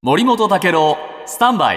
森本武郎スタンバイ。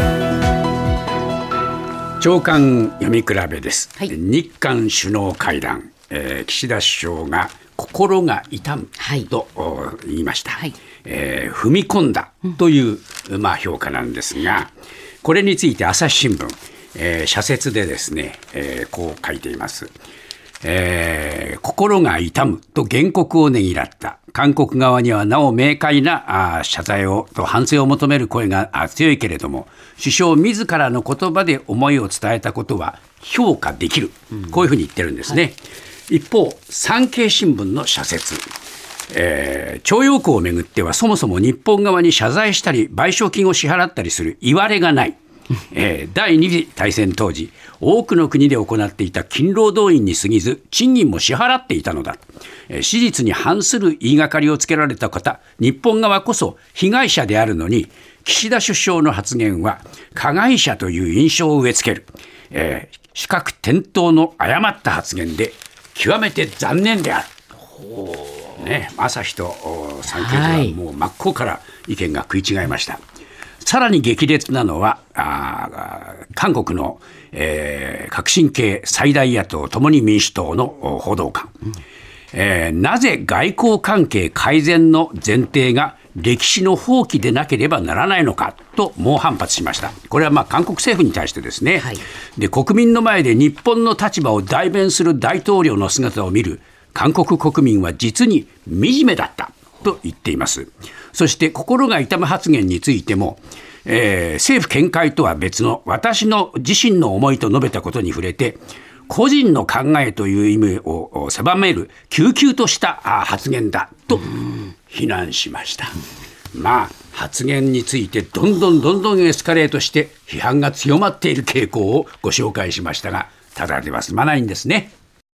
長官読み比べです、 はい、 日韓首脳会談、岸田首相が心が痛むと、言いました、踏み込んだという、評価なんですが、これについて朝日新聞、社説でですね、こう書いています。心が痛むと原告をねぎらった。韓国側にはなお明快な謝罪をと反省を求める声が強いけれども、首相自らの言葉で思いを伝えたことは評価できる、こういうふうに言ってるんですね、一方産経新聞の社説、徴用工をめぐってはそもそも日本側に謝罪したり賠償金を支払ったりするいわれがない。第二次大戦当時多くの国で行っていた勤労動員に過ぎず賃金も支払っていたのだ。史実に反する言いがかりをつけられた方、日本側こそ被害者であるのに、岸田首相の発言は加害者という印象を植え付ける、資格転倒の誤った発言で極めて残念である。朝日と産経ではもう真っ向から意見が食い違いました。さらに激烈なのは韓国の、革新系最大野党共に民主党の報道官、なぜ外交関係改善の前提が歴史の放棄でなければならないのかと猛反発しました。これは韓国政府に対してですね、で国民の前で日本の立場を代弁する大統領の姿を見る韓国国民は実に惨めだったと言っています。そして心が痛む発言についても、政府見解とは別の私の自身の思いと述べたことに触れて、個人の考えという意味を狭める急々とした発言だと非難しました。発言についてどんどんエスカレートして批判が強まっている傾向をご紹介しましたが、ただでは済まないんですね。